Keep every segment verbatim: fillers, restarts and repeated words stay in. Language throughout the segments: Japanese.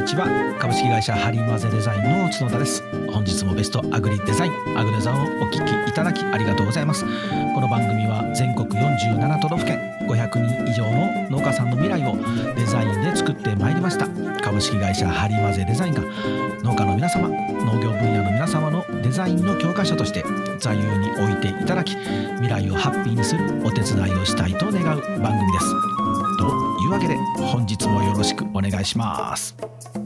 ちは。株式会社ハリマゼデザインの角田です。本日もベストアグリデザインアグデザをお聞きいただきありがとうございます。この番組は全国よんじゅうなな都道府県ごひゃくにん以上の農家さんの未来をデザインで作ってまいりました株式会社ハリマゼデザインが農家の皆様、農業分野の皆様のデザインの教科書として座右に置いていただき、未来をハッピーにするお手伝いをしたいと願う番組です。というわけで本日もよろしくお願いします。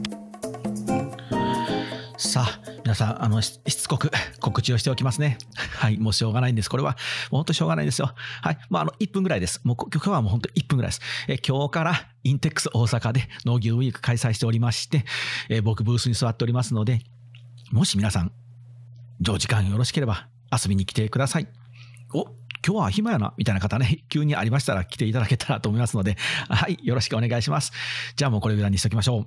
さあ皆さん、あのしつこく告知をしておきますね。はい、もうしょうがないんです。これはもう本当しょうがないんですよ。はい、まああのいっぷんぐらいです。もう今日はもう本当いっぷんぐらいです。え今日からインテックス大阪で農業ウィーク開催しておりまして、え僕ブースに座っておりますので、もし皆さんお時間よろしければ遊びに来てください。お今日は暇やなみたいな方ね、急にありましたら来ていただけたらと思いますので、はい、よろしくお願いします。じゃあもうこれぐらいにしておきましょう。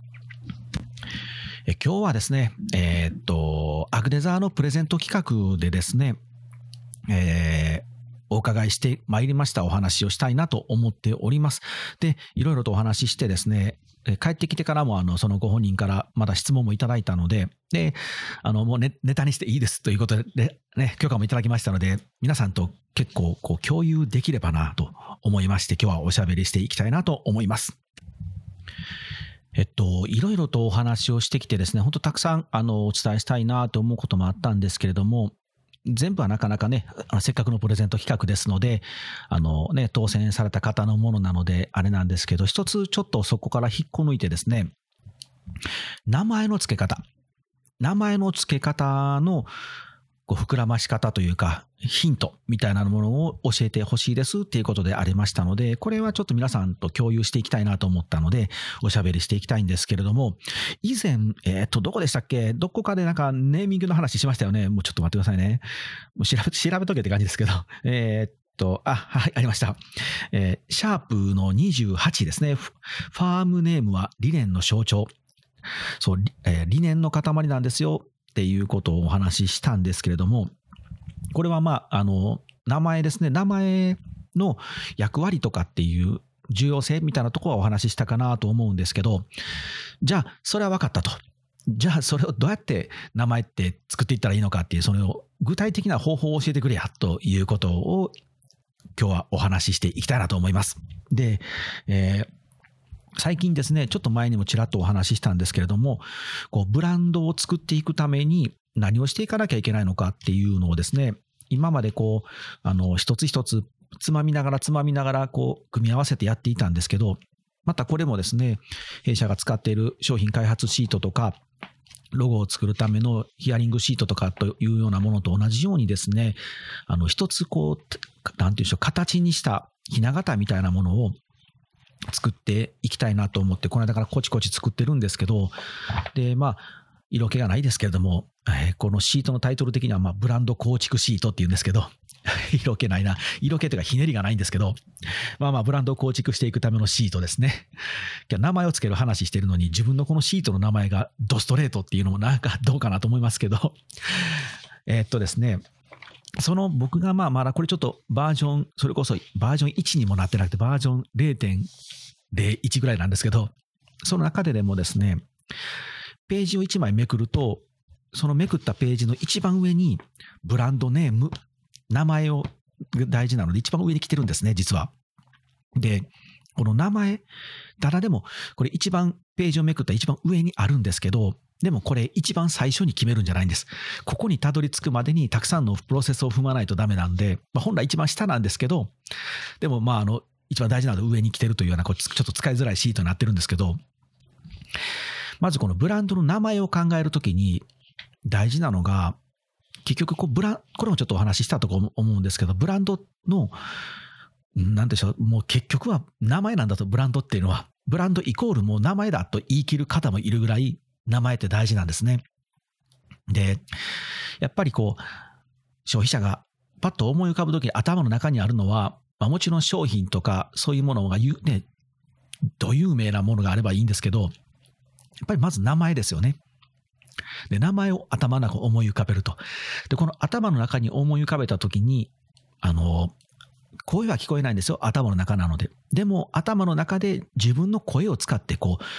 え今日はですね、えー、っとアグデザーのプレゼント企画でですね、えーお伺いしてまいりましたお話をしたいなと思っております。で、いろいろとお話ししてですね、帰ってきてからもあのそのご本人からまだ質問もいただいたので、で、あのもう ネ, ネタにしていいですということで、ね、許可もいただきましたので、皆さんと結構こう共有できればなと思いまして、今日はおしゃべりしていきたいなと思います。えっと、いろいろとお話をしてきてですね、本当たくさんあのお伝えしたいなと思うこともあったんですけれども、全部はなかなかね、あのせっかくのプレゼント企画ですので、あのね、当選された方のものなのであれなんですけど、一つちょっとそこから引っこ抜いてですね、名前の付け方、名前の付け方のこう膨らまし方というか、ヒントみたいなものを教えてほしいですっていうことでありましたので、これはちょっと皆さんと共有していきたいなと思ったので、おしゃべりしていきたいんですけれども、以前、えっと、どこでしたっけ？どこかでなんかネーミングの話しましたよね。もうちょっと待ってくださいね。もう調べ、調べとけって感じですけど、えー、っと、あ、はい、ありました。えー、シャープのにじゅうはちですね。ファームネームは理念の象徴。そう、えー、理念の塊なんですよっていうことをお話ししたんですけれども、これはまあ、あの、名前ですね。名前の役割とかっていう重要性みたいなところはお話ししたかなと思うんですけど、じゃあ、それは分かったと。じゃあ、それをどうやって名前って作っていったらいいのかっていう、その具体的な方法を教えてくれやということを今日はお話ししていきたいなと思います。で、えー最近ですね、ちょっと前にもちらっとお話ししたんですけれども、こうブランドを作っていくために何をしていかなきゃいけないのかっていうのをですね、今までこう、あの、一つ一つつまみながらつまみながらこう、組み合わせてやっていたんですけど、またこれもですね、弊社が使っている商品開発シートとか、ロゴを作るためのヒアリングシートとかというようなものと同じようにですね、あの、一つこう、なんていうんでしょう、形にしたひな形みたいなものを作っていきたいなと思って、この間からコチコチ作ってるんですけど、で、まあ、色気がないですけれども、えー、このシートのタイトル的には、まあ、ブランド構築シートっていうんですけど、色気ないな。色気というかひねりがないんですけど、まあまあ、ブランドを構築していくためのシートですね。今日名前をつける話してるのに、自分のこのシートの名前がドストレートっていうのもなんかどうかなと思いますけど、えーっとですね、その僕がまあまだこれちょっとバージョン、それこそバージョンいちにもなってなくてバージョン ゼロてんゼロいち ぐらいなんですけど、その中ででもですね、ページをいちまいめくると、そのめくったページの一番上にブランドネーム、名前を大事なので一番上に来てるんですね、実は。で、この名前、誰でもこれ一番ページをめくった一番上にあるんですけど、でもこれ一番最初に決めるんじゃないんです。ここにたどり着くまでにたくさんのプロセスを踏まないとダメなんで、まあ、本来一番下なんですけど、でもまああの一番大事なのは上に来てるというようなこうちょっと使いづらいシートになってるんですけど、まずこのブランドの名前を考えるときに大事なのが、結局こうブラこれもちょっとお話ししたと思うんですけど、ブランドのなんでしょう、もう結局は名前なんだと。ブランドっていうのはブランドイコールもう名前だと言い切る方もいるぐらい名前って大事なんですね。で、やっぱりこう消費者がパッと思い浮かぶときに頭の中にあるのは、まあ、もちろん商品とかそういうものがゆ、ね、ど有名なものがあればいいんですけど、やっぱりまず名前ですよね。で、名前を頭の中に思い浮かべると。で、この頭の中に思い浮かべたときに、あの声は聞こえないんですよ、頭の中なので。でも頭の中で自分の声を使ってこう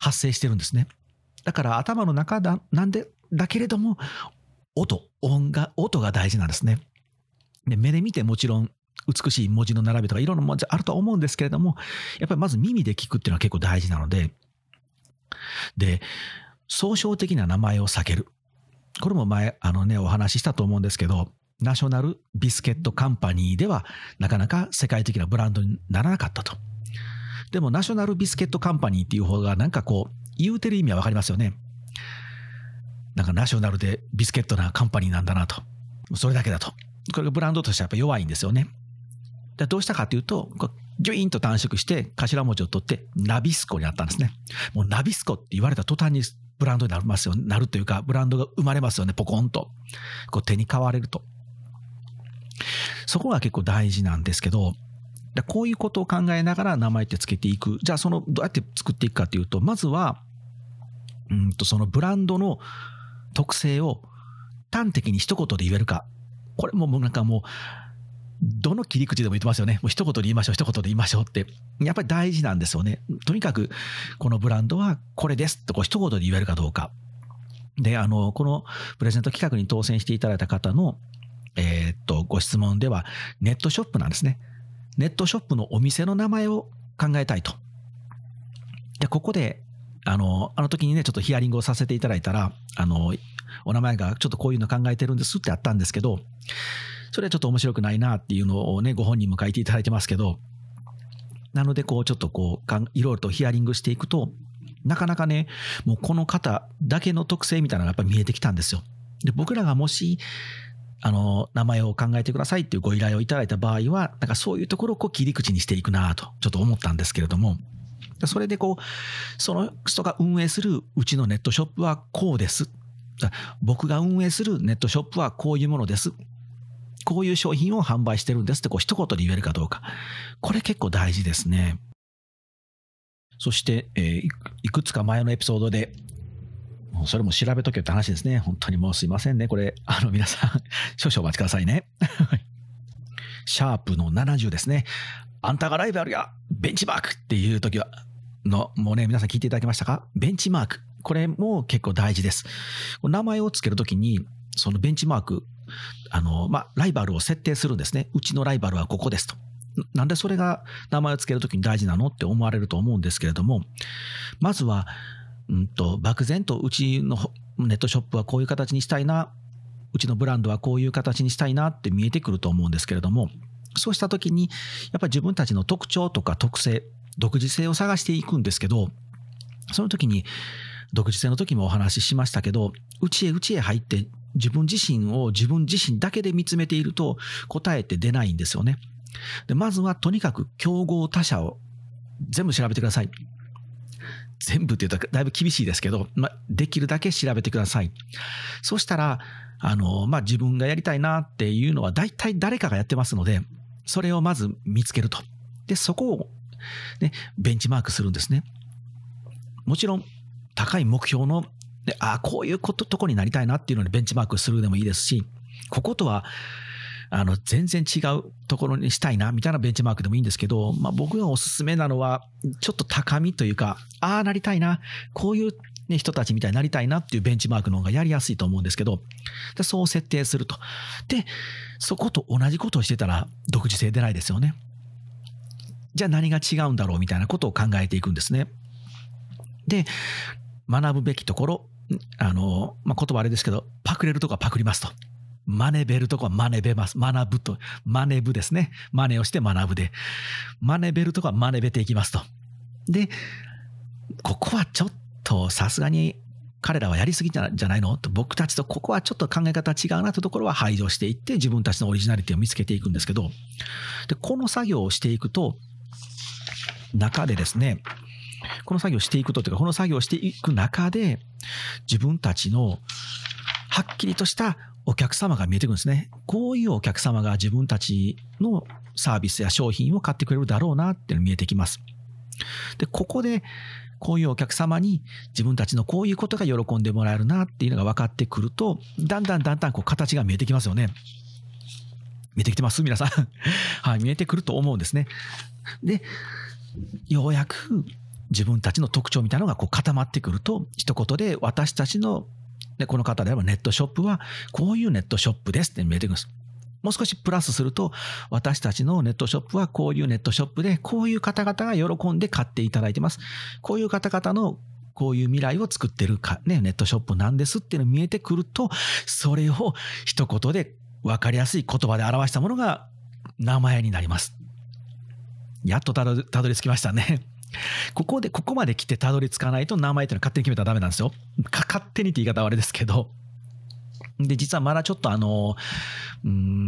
発生してるんですね。だから頭の中だなんでだけれども音音が音が大事なんですね。で目で見てもちろん美しい文字の並びとかいろんな文字あるとは思うんですけれども、やっぱりまず耳で聞くっていうのは結構大事なので、で総称的な名前を避ける。これも前あのねお話ししたと思うんですけど、ナショナルビスケットカンパニーではなかなか世界的なブランドにならなかったと。でもナショナルビスケットカンパニーっていう方がなんかこう言うてる意味はわかりますよね。なんかナショナルでビスケットなカンパニーなんだなと。それだけだと。これがブランドとしてはやっぱ弱いんですよね。でどうしたかというと、ギュイーンと短縮して頭文字を取ってナビスコになったんですね。もうナビスコって言われた途端にブランドになりますよ、なるというかブランドが生まれますよね。ポコンとこう手に買われると。そこが結構大事なんですけど、こういうことを考えながら名前ってつけていく。じゃあそのどうやって作っていくかというと、まずはうんとそのブランドの特性を端的に一言で言えるか。これももうなんかもうどの切り口でも言ってますよね。もう一言で言いましょう一言で言いましょうってやっぱり大事なんですよね。とにかくこのブランドはこれですとこう一言で言えるかどうかで、あのこのプレゼント企画に当選していただいた方のえー、っとご質問ではネットショップなんですね。ネットショップのお店の名前を考えたいと。でここであのあの時にねちょっとヒアリングをさせていただいたら、あのお名前がちょっとこういうの考えてるんですってあったんですけど、それはちょっと面白くないなっていうのをねご本人も書いていただいてますけど、なのでこうちょっとこういろいろとヒアリングしていくと、なかなかねもうこの方だけの特性みたいなのがやっぱり見えてきたんですよ。で僕らがもしあの名前を考えてくださいっていうご依頼をいただいた場合は、なんかそういうところをこう切り口にしていくなとちょっと思ったんですけれども、それでこうその人が運営するうちのネットショップはこうです、僕が運営するネットショップはこういうものです、こういう商品を販売してるんですってこう一言で言えるかどうか、これ結構大事ですね。そして、えー、いくつか前のエピソードでもうそれも調べとけって話ですね。本当にもうすいませんね。これ、あの皆さん、少々お待ちくださいね。シャープのななじゅうですね。あんたがライバルやベンチマークっていう時は、の、もうね、皆さん聞いていただけましたか？ベンチマーク。これも結構大事です。名前をつけるときに、そのベンチマーク、あの、まあ、ライバルを設定するんですね。うちのライバルはここですと。なんでそれが名前をつけるときに大事なのって思われると思うんですけれども、まずは、うんと漠然とうちのネットショップはこういう形にしたいな、うちのブランドはこういう形にしたいなって見えてくると思うんですけれども、そうした時にやっぱり自分たちの特徴とか特性、独自性を探していくんですけど、その時に独自性の時もお話ししましたけど、うちへうちへ入って自分自身を自分自身だけで見つめていると答えって出ないんですよね。でまずはとにかく競合他社を全部調べてください。全部って言うとだいぶ厳しいですけど、まあ、できるだけ調べてください。そうしたらあの、まあ、自分がやりたいなっていうのは大体誰かがやってますので、それをまず見つけると。でそこを、ね、ベンチマークするんですね。もちろん高い目標の、であこういうこととこになりたいなっていうのにベンチマークするでもいいですし、こことはあの全然違うところにしたいなみたいなベンチマークでもいいんですけど、まあ、僕がおすすめなのはちょっと高みというか、ああなりたいな、こういう、ね、人たちみたいになりたいなっていうベンチマークの方がやりやすいと思うんですけど、でそう設定すると。でそこと同じことをしてたら独自性出ないですよね。じゃあ何が違うんだろうみたいなことを考えていくんですね。で学ぶべきところ、あの、まあ、言葉あれですけど、パクれるとこはパクりますと。真似べるとこは真似べます。学ぶと、真似ぶですね。真似をして学ぶで。真似べるとこは真似べていきますと。で、ここはちょっとさすがに彼らはやりすぎじゃないのと、僕たちとここはちょっと考え方違うなというところは排除していって自分たちのオリジナリティを見つけていくんですけど、でこの作業をしていくと中でですね、この作業をしていくとというか、この作業をしていく中で自分たちのはっきりとしたお客様が見えてくるんですね。こういうお客様が自分たちのサービスや商品を買ってくれるだろうなっていうのが見えてきます。で、ここでこういうお客様に自分たちのこういうことが喜んでもらえるなっていうのが分かってくると、だんだんだんだんこう形が見えてきますよね。見えてきてます皆さんはい、見えてくると思うんですね。で、ようやく自分たちの特徴みたいなのがこう固まってくると、一言で私たちの、でこの方であればネットショップはこういうネットショップですって見えてくるんです。もう少しプラスすると、私たちのネットショップはこういうネットショップで、こういう方々が喜んで買っていただいてます。こういう方々のこういう未来を作ってるか、ね、ネットショップなんですっていうのが見えてくると、それを一言で分かりやすい言葉で表したものが名前になります。やっとたどり、たどり着きましたね。ここで、ここまで来てたどり着かないと名前っていうのは勝手に決めたらダメなんですよ。か勝手にって言い方はあれですけど。で、実はまだちょっとあの、うん、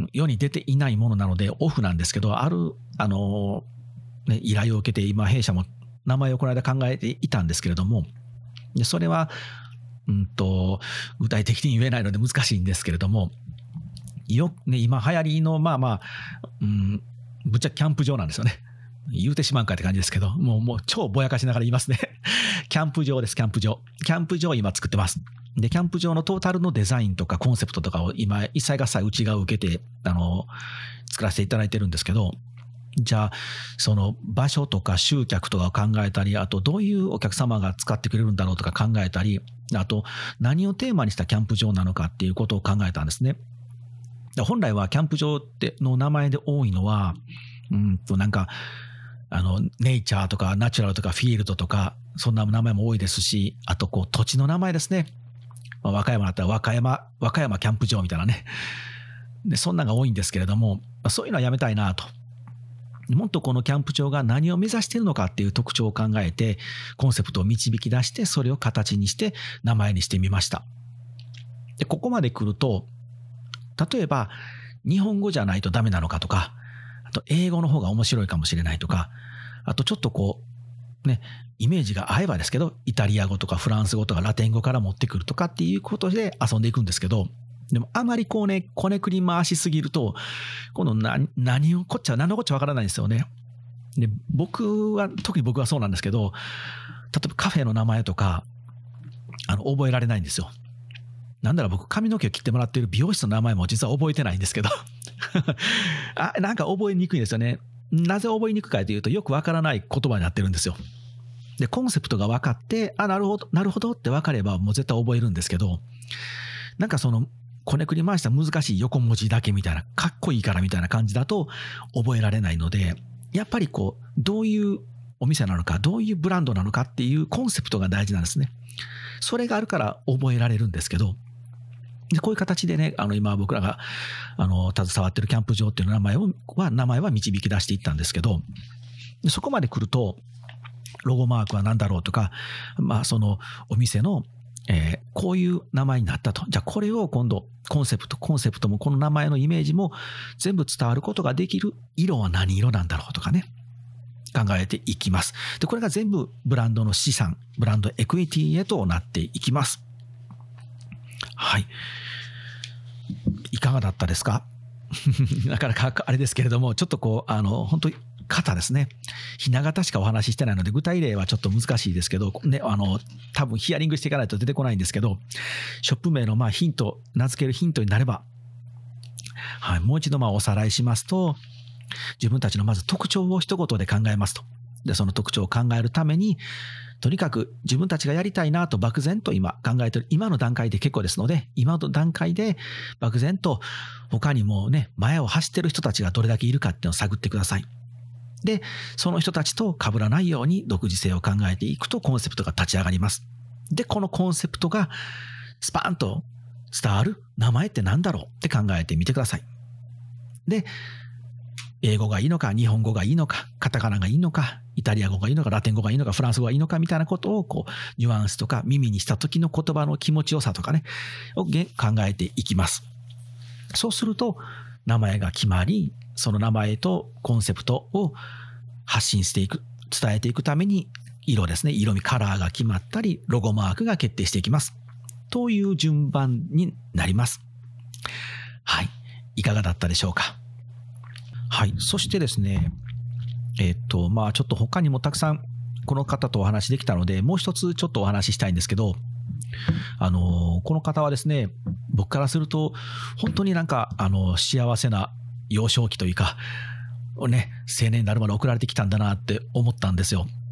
世に出ていないものなのでオフなんですけど、ある、あの、ね、依頼を受けて今弊社も名前をこの間考えていたんですけれども、でそれは、うんと、具体的に言えないので難しいんですけれども、よ、ね、今流行りの、まあまあ、うん、ぶっちゃけキャンプ場なんですよね。言うてしまうんかって感じですけど、もう、もう超ぼやかしながら言いますね。キャンプ場です、キャンプ場。キャンプ場を今作ってます。で、キャンプ場のトータルのデザインとかコンセプトとかを今、一切合切うちが受けて、あの、作らせていただいてるんですけど、じゃあ、その場所とか集客とかを考えたり、あとどういうお客様が使ってくれるんだろうとか考えたり、あと何をテーマにしたキャンプ場なのかっていうことを考えたんですね。本来はキャンプ場っての名前で多いのは、うんとなんか、あの、ネイチャーとかナチュラルとかフィールドとか、そんな名前も多いですし、あとこう土地の名前ですね。まあ、和歌山だったら和歌山、和歌山キャンプ場みたいなね。で、そんなのが多いんですけれども、そういうのはやめたいなと。もっとこのキャンプ場が何を目指しているのかっていう特徴を考えて、コンセプトを導き出して、それを形にして名前にしてみました。で、ここまで来ると、例えば、日本語じゃないとダメなのかとか、あと英語の方が面白いかもしれないとか、あとちょっとこう、ね、イメージが合えばですけど、イタリア語とかフランス語とかラテン語から持ってくるとかっていうことで遊んでいくんですけど、でもあまりこうね、こねくり回しすぎると、この何、何をこっちゃ、何のこっちゃわからないんですよね。で、僕は、特に僕はそうなんですけど、例えばカフェの名前とか、あの、覚えられないんですよ。なんだろう、僕髪の毛を切ってもらっている美容室の名前も実は覚えてないんですけど。あ、なんか覚えにくいんですよね。なぜ覚えにくいかというと、よくわからない言葉になってるんですよ。で、コンセプトが分かって、あ、なるほど、なるほどって分かればもう絶対覚えるんですけど、なんかその、こねくり回した難しい横文字だけみたいな、かっこいいからみたいな感じだと覚えられないので、やっぱりこう、どういうお店なのか、どういうブランドなのかっていうコンセプトが大事なんですね。それがあるから覚えられるんですけど、でこういう形でね、あの今僕らがあの携わってるキャンプ場っていう名前をは名前は導き出していったんですけど、そこまで来るとロゴマークは何だろうとか、まあそのお店の、えー、こういう名前になったと、じゃあこれを今度コンセプトコンセプトもこの名前のイメージも全部伝わることができる色は何色なんだろうとかね、考えていきます。でこれが全部ブランドの資産、ブランドエクイティへとなっていきます。はい。いかがだったですか？なかなかあれですけれども、ちょっとこう、あの、本当に型ですね。ひな形しかお話ししてないので、具体例はちょっと難しいですけど、ね、あの、多分ヒアリングしていかないと出てこないんですけど、ショップ名のまあヒント、名付けるヒントになれば、はい、もう一度まあおさらいしますと、自分たちのまず特徴を一言で考えますと。で、その特徴を考えるために、とにかく自分たちがやりたいなと漠然と今考えている今の段階で結構ですので、今の段階で漠然と他にもね、前を走ってる人たちがどれだけいるかっていうのを探ってください。で、その人たちと被らないように独自性を考えていくとコンセプトが立ち上がります。で、このコンセプトがスパーンと伝わる名前って何だろうって考えてみてください。で、英語がいいのか、日本語がいいのか、カタカナがいいのか、イタリア語がいいのか、ラテン語がいいのか、フランス語がいいのかみたいなことをこうニュアンスとか耳にした時の言葉の気持ちよさとかねを考えていきます。そうすると名前が決まり、その名前とコンセプトを発信していく、伝えていくために色ですね、色味カラーが決まったり、ロゴマークが決定していきますという順番になります。はい、いかがだったでしょうか。はい。そしてですね、えっと、まあちょっと他にもたくさんこの方とお話できたので、もう一つちょっとお話ししたいんですけど、あの、この方はですね、僕からすると、本当になんか、あの、幸せな幼少期というか、ね、青年になるまで送られてきたんだなって思ったんですよ。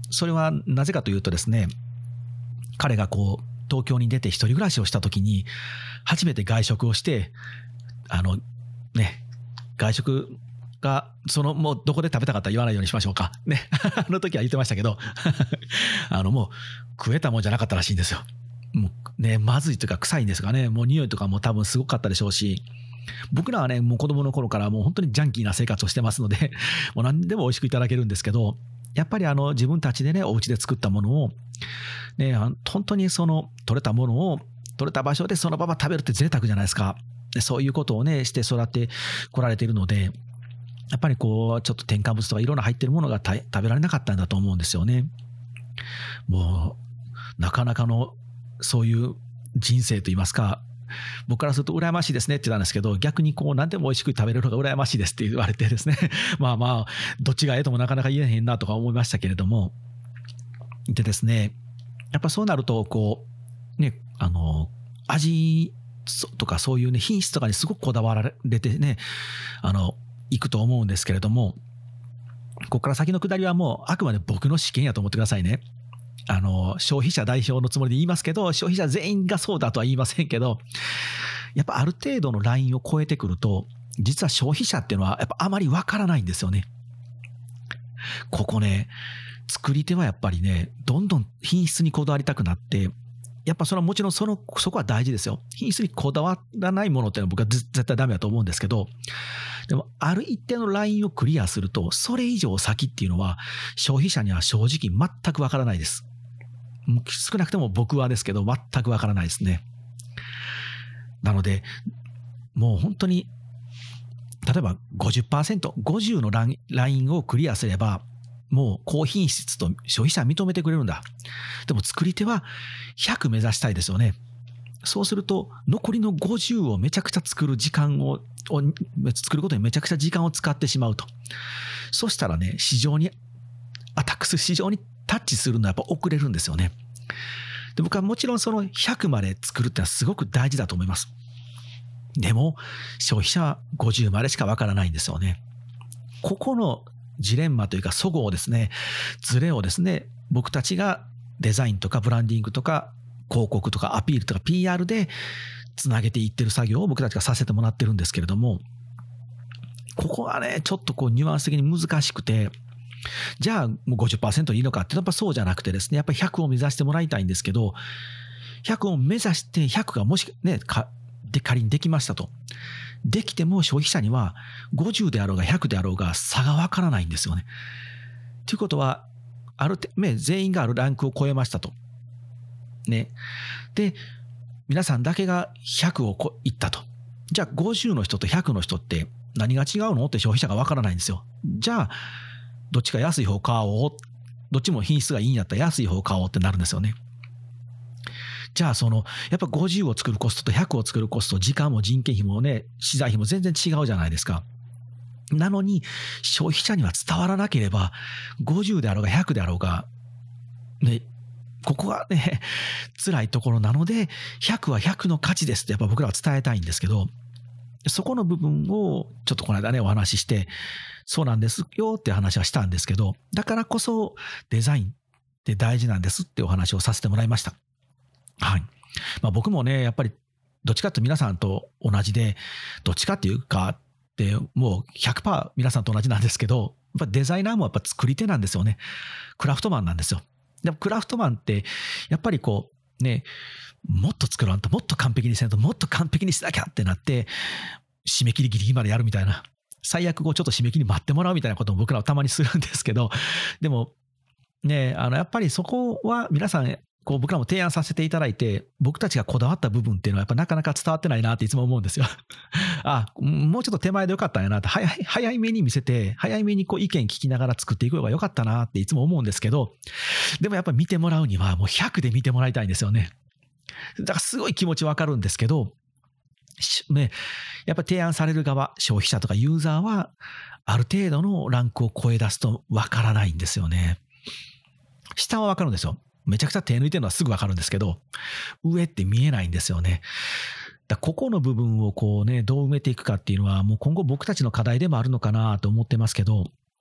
それはなぜかというとですね、彼がこう東京に出て一人暮らしをした時に初めて外食をして、あのね、外食がそのもうどこで食べたかったら言わないようにしましょうかねあの時は言ってましたけどあのもう食えたもんじゃなかったらしいんですよ。もうね、まずいというか臭いんですがね、もう匂いとかも多分すごかったでしょうし、僕らはね、もう子供の頃からもう本当にジャンキーな生活をしてますのでもう何でも美味しくいただけるんですけど、やっぱりあの自分たちでね、お家で作ったものをね、本当にその取れたものを取れた場所でそのまま食べるって贅沢じゃないですか。そういうことをねして育ってこられているので、やっぱりこうちょっと添加物とかいろんな入ってるものが食べられなかったんだと思うんですよね。もうなかなかのそういう人生といいますか、僕からすると羨ましいですねって言ったんですけど、逆にこう何でも美味しく食べれるのが羨ましいですって言われてですねまあまあどっちがええともなかなか言えへんなとか思いましたけれども、でですね、やっぱそうなるとこうね、あの味とかそういうね品質とかにすごくこだわられてね、あのいくと思うんですけれども、ここから先の下りはもうあくまで僕の試験やと思ってくださいね。あの消費者代表のつもりで言いますけど、消費者全員がそうだとは言いませんけど、やっぱある程度のラインを超えてくると、実は消費者っていうのはやっぱあまりわからないんですよね。ここね、作り手はやっぱりね、どんどん品質にこだわりたくなって、やっぱそれはもちろんそのそこは大事ですよ。品質にこだわらないものっていうのは僕は絶対ダメだと思うんですけど、でもある一定のラインをクリアすると、それ以上先っていうのは消費者には正直全くわからないです。少なくとも僕はですけど全くわからないですね。なのでもう本当に例えば ごじゅっパーセント、ごじゅう のラインをクリアすればもう高品質と消費者は認めてくれるんだ。でも作り手はひゃく目指したいですよね。そうすると残りのごじゅうをめちゃくちゃ作る時間をを作ることにめちゃくちゃ時間を使ってしまうと。そしたらね、市場にアタックする市場にタッチするのはやっぱ遅れるんですよね。で、僕はもちろんそのひゃくまで作るってのはすごく大事だと思います。でも消費者はごじゅうまでしかわからないんですよね。ここのジレンマというか齟齬をですね、ズレをですね、僕たちがデザインとかブランディングとか広告とかアピールとか ピーアール でつなげていってる作業を僕たちがさせてもらってるんですけれども、ここはねちょっとこうニュアンス的に難しくて、じゃあもう ごじゅっパーセント いいのかってやっぱそうじゃなくてですね、やっぱりひゃくを目指してもらいたいんですけど、ひゃくを目指してひゃくがもしねかで仮にできましたと、できても消費者にはごじゅうであろうがひゃくであろうが差がわからないんですよね。ということはある程度、ね、全員があるランクを超えましたとね。で皆さんだけがひゃくをいったと。じゃあごじゅうの人とひゃくの人って何が違うのって消費者がわからないんですよ。じゃあどっちか安い方買おう、どっちも品質がいいんやったら安い方買おうってなるんですよね。じゃあそのやっぱごじゅうを作るコストとひゃくを作るコスト、時間も人件費もね資材費も全然違うじゃないですか。なのに消費者には伝わらなければごじゅうであろうがひゃくであろうがね、ここがね辛いところなので、ひゃくはひゃくの価値ですってやっぱ僕らは伝えたいんですけど、そこの部分をちょっとこの間ねお話しして、そうなんですよって話はしたんですけど、だからこそデザインって大事なんですってお話をさせてもらいました。はい。まあ、僕もねやっぱりどっちかって皆さんと同じで、どっちかっていうかってもう ひゃくパーセント 皆さんと同じなんですけど、やっぱデザイナーもやっぱ作り手なんですよね。クラフトマンなんですよ。でもクラフトマンってやっぱりこうね、もっと作らんと、もっと完璧にせんと、もっと完璧にしなきゃってなって締め切りギリギリまでやるみたいな、最悪こうちょっと締め切り待ってもらうみたいなことも僕らはたまにするんですけど、でもね、あのやっぱりそこは皆さんこう僕らも提案させていただいて、僕たちがこだわった部分っていうのはやっぱなかなか伝わってないなっていつも思うんですよあ、もうちょっと手前でよかったんやなって、早い早いめに見せて、早いめにこう意見聞きながら作っていくのがよかったなっていつも思うんですけど、でもやっぱり見てもらうにはもうひゃくで見てもらいたいんですよね。だからすごい気持ちわかるんですけどね、やっぱり提案される側、消費者とかユーザーはある程度のランクを超え出すとわからないんですよね。下はわかるんですよ。めちゃくちゃ手抜いてるのはすぐわかるんですけど、上って見えないんですよね。だここの部分をこうね、どう埋めていくかっていうのはもう今後僕たちの課題でもあるのかなと思ってますけど、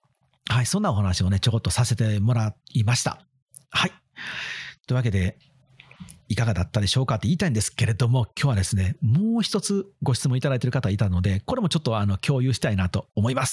はい、そんなお話をね、ちょこっとさせてもらいました。はい。というわけで、いかがだったでしょうかって言いたいんですけれども、今日はですね、もう一つご質問いただいている方いたので、これもちょっとあの共有したいなと思います。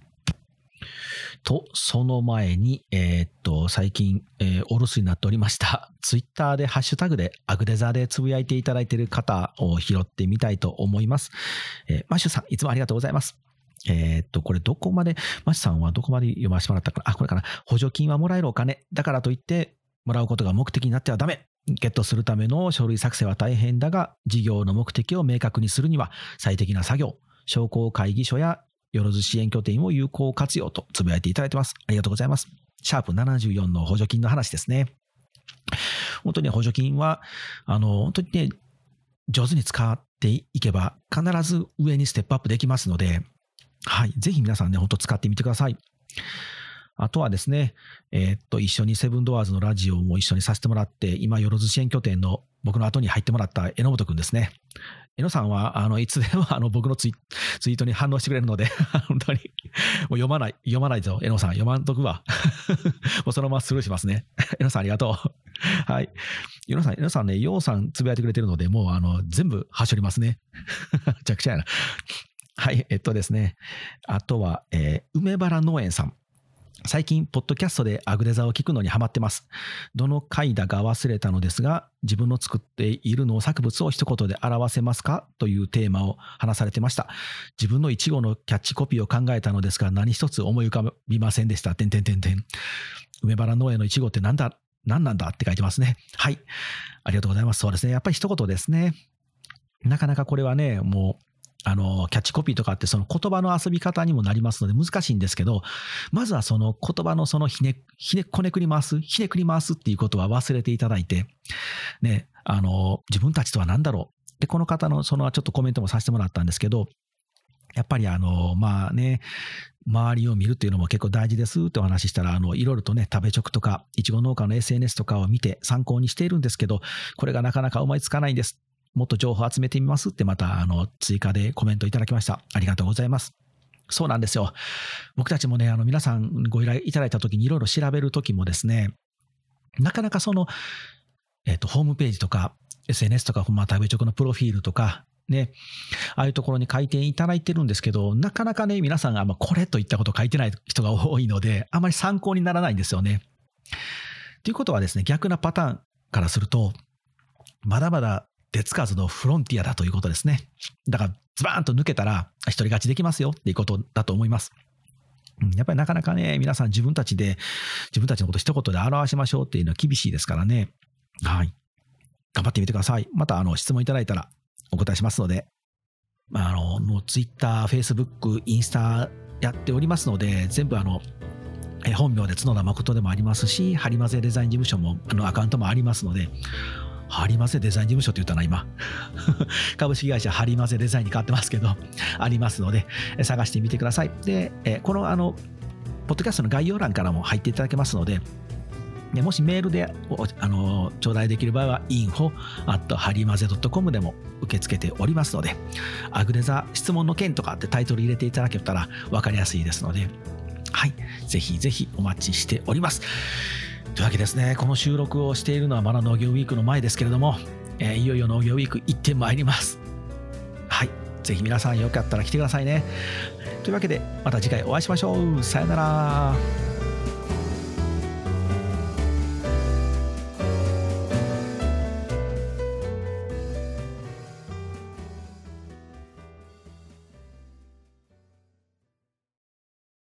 と、その前に、えー、っと、最近、えー、お留守になっておりました、ツイッターでハッシュタグでアグデザでつぶやいていただいている方を拾ってみたいと思います。えー、マッシュさん、いつもありがとうございます。えー、っと、これどこまで、マッシュさんはどこまで読ませてもらったかな。あ、これかな。補助金はもらえるお金。だからといって、もらうことが目的になってはダメ。ゲットするための書類作成は大変だが、事業の目的を明確にするには最適な作業、商工会議所やよろず支援拠点を有効活用とつぶやいていただいてます。ありがとうございます。シャープななじゅうよんの補助金の話ですね。本当に補助金は、あの、本当にね、上手に使っていけば必ず上にステップアップできますので、はい。ぜひ皆さんね、本当使ってみてください。あとはですね、えー、っと、一緒にセブンドアーズのラジオも一緒にさせてもらって、今、よろず支援拠点の僕の後に入ってもらった榎本くんですね。榎野さんは、あの、いつでもあの僕のツイ、ツイートに反応してくれるので、本当に、もう読まない、読まないぞ、榎野さん、読まんとくわ。もうそのままスルーしますね。榎野さん、ありがとう。はい。榎野さん、榎野さんね、ようさんつぶやいてくれてるので、もう、あの、全部、はしょりますね。めちゃくちゃやな。はい、えっとですね。あとは、えー、梅原農園さん。最近、ポッドキャストでアグデザを聞くのにハマってます。どの回だか忘れたのですが、自分の作っている農作物を一言で表せますかというテーマを話されてました。自分のイチゴのキャッチコピーを考えたのですが、何一つ思い浮かびませんでした。てんてんてんてん。梅原農園のイチゴってなんだ、何なんだって書いてますね。はい。ありがとうございます。そうですね。やっぱり一言ですね。なかなかこれはね、もう、あの、キャッチコピーとかってその言葉の遊び方にもなりますので難しいんですけど、まずはその言葉のそのひね、ひね、こねくり回す、ひねくり回すっていうことは忘れていただいて、ね、あの、自分たちとは何だろう。で、この方のそのちょっとコメントもさせてもらったんですけど、やっぱりあの、まあね、周りを見るっていうのも結構大事ですってお話ししたら、あの、いろいろとね、食べチョクとか、いちご農家の エスエヌエス とかを見て参考にしているんですけど、これがなかなか思いつかないんです。もっと情報を集めてみますってまたあの追加でコメントいただきました。ありがとうございます。そうなんですよ。僕たちもね、あの皆さんご依頼いただいたときにいろいろ調べるときもですね、なかなかその、えっと、ホームページとか エスエヌエス とか、まあ、食べチョクのプロフィールとか、ね、ああいうところに書いていただいてるんですけど、なかなかね、皆さんがまあこれといったことを書いてない人が多いので、あまり参考にならないんですよね。ということはですね、逆なパターンからすると、まだまだ手つかずのフロンティアだということですね。だからズバーンと抜けたら一人勝ちできますよっていうことだと思います。やっぱりなかなかね、皆さん自分たちで自分たちのこと一言で表しましょうっていうのは厳しいですからね。はい。頑張ってみてください。またあの質問いただいたらお答えしますので、あの、のツイッター、フェイスブック、インスタやっておりますので、全部あの本名で角田誠でもありますし、ハリマゼデザイン事務所もあのアカウントもありますので。ハリマゼデザイン事務所って言ったな今株式会社ハリマゼデザインに変わってますけどありますので探してみてください。で、このあのポッドキャストの概要欄からも入っていただけますので、もしメールであの頂戴できる場合は インフォ アット ハリマゼ ドット コム でも受け付けておりますので、アグデザ質問の件とかってタイトル入れていただけたら分かりやすいですので、はい、ぜひぜひお待ちしております。というわけですね、この収録をしているのはまだ農業ウィークの前ですけれども、えー、いよいよ農業ウィーク行ってまいります。はい、ぜひ皆さんよかったら来てくださいね。というわけでまた次回お会いしましょう。さよなら。